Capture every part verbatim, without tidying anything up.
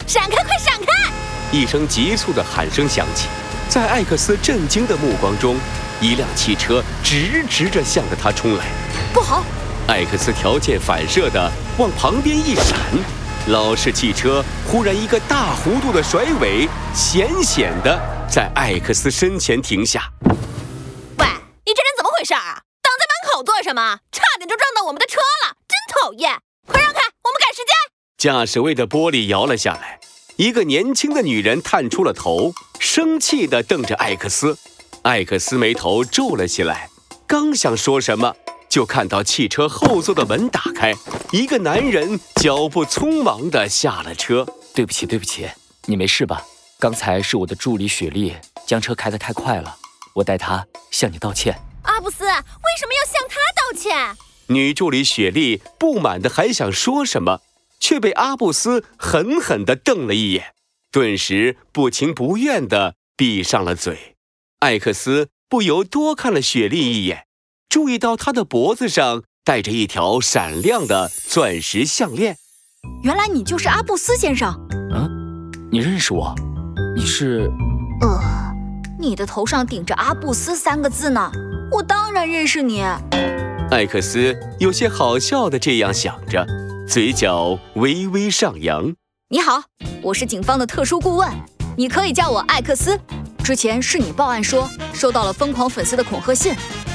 闪开，快闪开！ 一声急促的喊声响起，在艾克斯震惊的目光中，一辆汽车直直着向着他冲来。 不好！ 艾克斯条件反射地往旁边一闪，老式汽车忽然一个大弧度的甩尾，险险地在艾克斯身前停下。 喂，你这人怎么回事啊？挡在门口做什么？差点就撞到我们的车了，真讨厌！快让开，我们赶时间！ 驾驶位的玻璃摇了下来，一个年轻的女人探出了头，生气地瞪着艾克斯。艾克斯眉头皱了起来，刚想说什么，就看到汽车后座的门打开，一个男人脚步匆忙地下了车。 对不起，对不起，你没事吧？刚才是我的助理雪莉将车开得太快了，我代她向你道歉。 阿布斯，为什么要向他道歉？ 女助理雪莉不满的还想说什么，却被阿布斯狠狠地瞪了一眼，顿时不情不愿地闭上了嘴。艾克斯不由多看了雪莉一眼，注意到她的脖子上戴着一条闪亮的钻石项链。 原来你就是阿布斯先生。 嗯，你认识我？你是…… 呃，你的头上顶着阿布斯三个字呢，我当然认识你。 艾克斯有些好笑地这样想着，嘴角微微上扬。 你好，我是警方的特殊顾问，你可以叫我艾克斯。之前是你报案说收到了疯狂粉丝的恐吓信。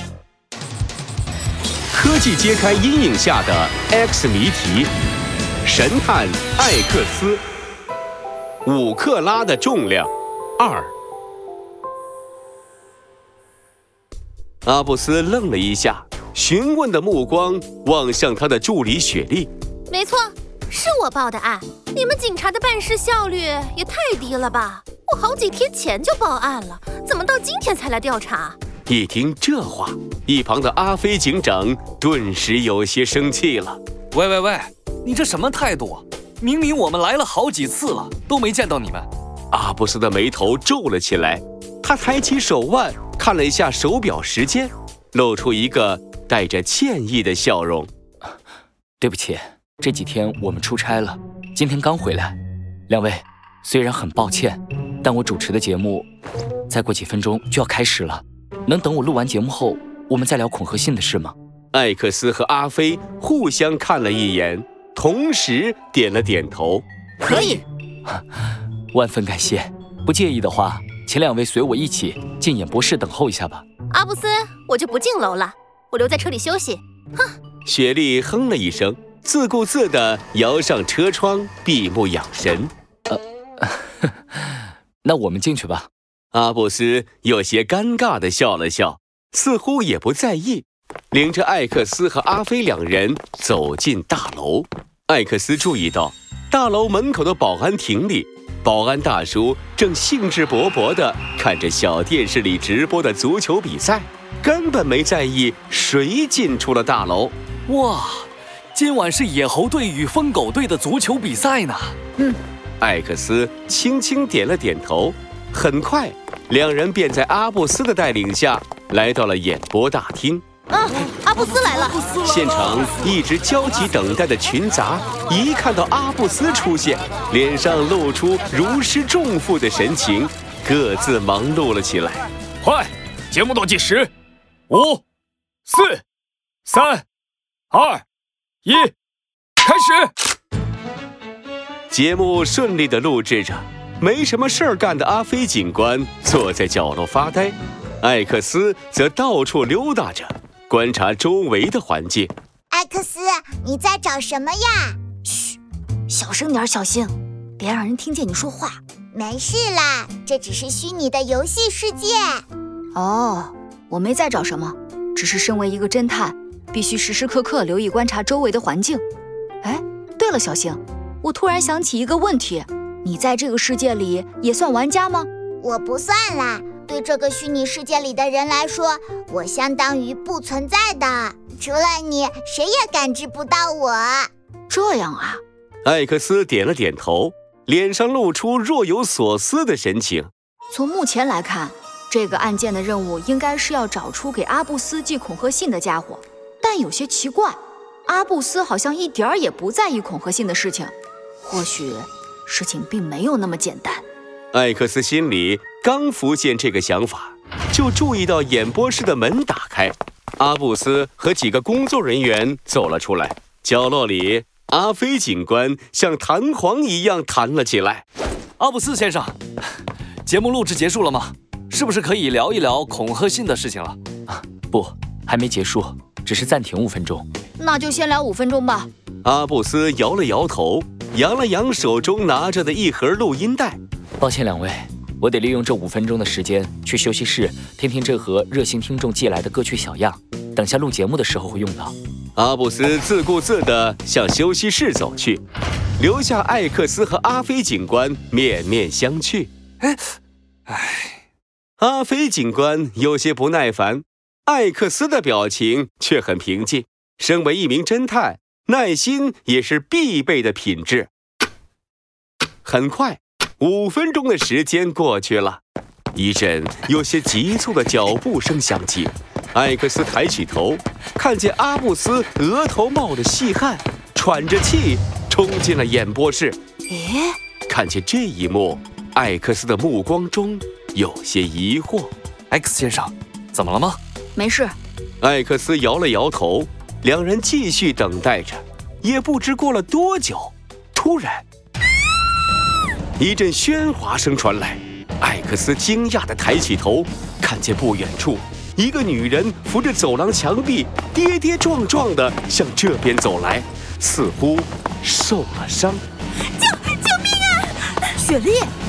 科技揭开阴影下的 X 谜题，神探艾克斯，五克拉的重量二。阿布斯愣了一下，询问的目光望向他的助理雪莉。 没错，是我报的案。你们警察的办事效率也太低了吧！我好几天前就报案了，怎么到今天才来调查？ 一听这话，一旁的阿飞警长顿时有些生气了。 喂喂喂，你这什么态度？明明我们来了好几次了，都没见到你们。 阿布斯的眉头皱了起来，他抬起手腕看了一下手表时间，露出一个带着歉意的笑容。 对不起，这几天我们出差了，今天刚回来。两位，虽然很抱歉，但我主持的节目再过几分钟就要开始了，能等我录完节目后，我们再聊恐吓信的事吗？ 艾克斯和阿飞互相看了一眼，同时点了点头。 可以。 万分感谢，不介意的话，请两位随我一起进演播室等候一下吧。 阿布斯，我就不进楼了，我留在车里休息。哼。 雪莉哼了一声，自顾自地摇上车窗，闭目养神。 呃，那我们进去吧。 阿布斯有些尴尬地笑了笑，似乎也不在意，领着艾克斯和阿飞两人走进大楼。艾克斯注意到大楼门口的保安亭里，保安大叔正兴致勃勃地看着小电视里直播的足球比赛，根本没在意谁进出了大楼。 哇，今晚是野猴队与疯狗队的足球比赛呢。 嗯， 艾克斯轻轻点了点头。很快，两人便在阿布斯的带领下来到了演播大厅。 啊，阿布斯来了！ 现场一直焦急等待的群杂，一看到阿布斯出现，脸上露出如释重负的神情，各自忙碌了起来。 快，节目倒计时，五、四、三、二、一，开始！ 节目顺利地录制着，没什么事儿干的阿飞警官坐在角落发呆，艾克斯则到处溜达着，观察周围的环境。 艾克斯，你在找什么呀？ 嘘，小声点，小心，别让人听见你说话。 没事啦，这只是虚拟的游戏世界。 哦，我没在找什么，只是身为一个侦探，必须时时刻刻留意观察周围的环境。哎，对了，小星，我突然想起一个问题，你在这个世界里也算玩家吗？ 我不算啦，对这个虚拟世界里的人来说，我相当于不存在的，除了你，谁也感知不到我。 这样啊。 艾克斯点了点头，脸上露出若有所思的神情。 从目前来看，这个案件的任务应该是要找出给阿布斯寄恐吓信的家伙，但有些奇怪，阿布斯好像一点儿也不在意恐吓信的事情。或许事情并没有那么简单。 艾克斯心里刚浮现这个想法，就注意到演播室的门打开，阿布斯和几个工作人员走了出来。角落里，阿飞警官像弹簧一样弹了起来。 阿布斯先生，节目录制结束了吗？是不是可以聊一聊恐吓信的事情了？ 啊，不，还没结束，只是暂停五分钟。 那就先聊五分钟吧。 阿布斯摇了摇头，扬了扬手中拿着的一盒录音带。 抱歉两位，我得利用这五分钟的时间去休息室听听这盒热心听众寄来的歌曲小样，等下录节目的时候会用到。 阿布斯自顾自地向休息室走去，留下艾克斯和阿飞警官面面相觑。 哎，哎， 阿飞警官有些不耐烦，艾克斯的表情却很平静。身为一名侦探，耐心也是必备的品质。很快，五分钟的时间过去了，一阵有些急促的脚步声响起。艾克斯抬起头，看见阿布斯额头冒着细汗，喘着气冲进了演播室。 咦， 看见这一幕，艾克斯的目光中有些疑惑。 X 先生，怎么了吗？ 没事。 艾克斯摇了摇头，两人继续等待着。也不知过了多久，突然一阵喧哗声传来。艾克斯惊讶地抬起头，看见不远处一个女人扶着走廊墙壁，跌跌撞撞地向这边走来，似乎受了伤。 救救命啊！雪莉！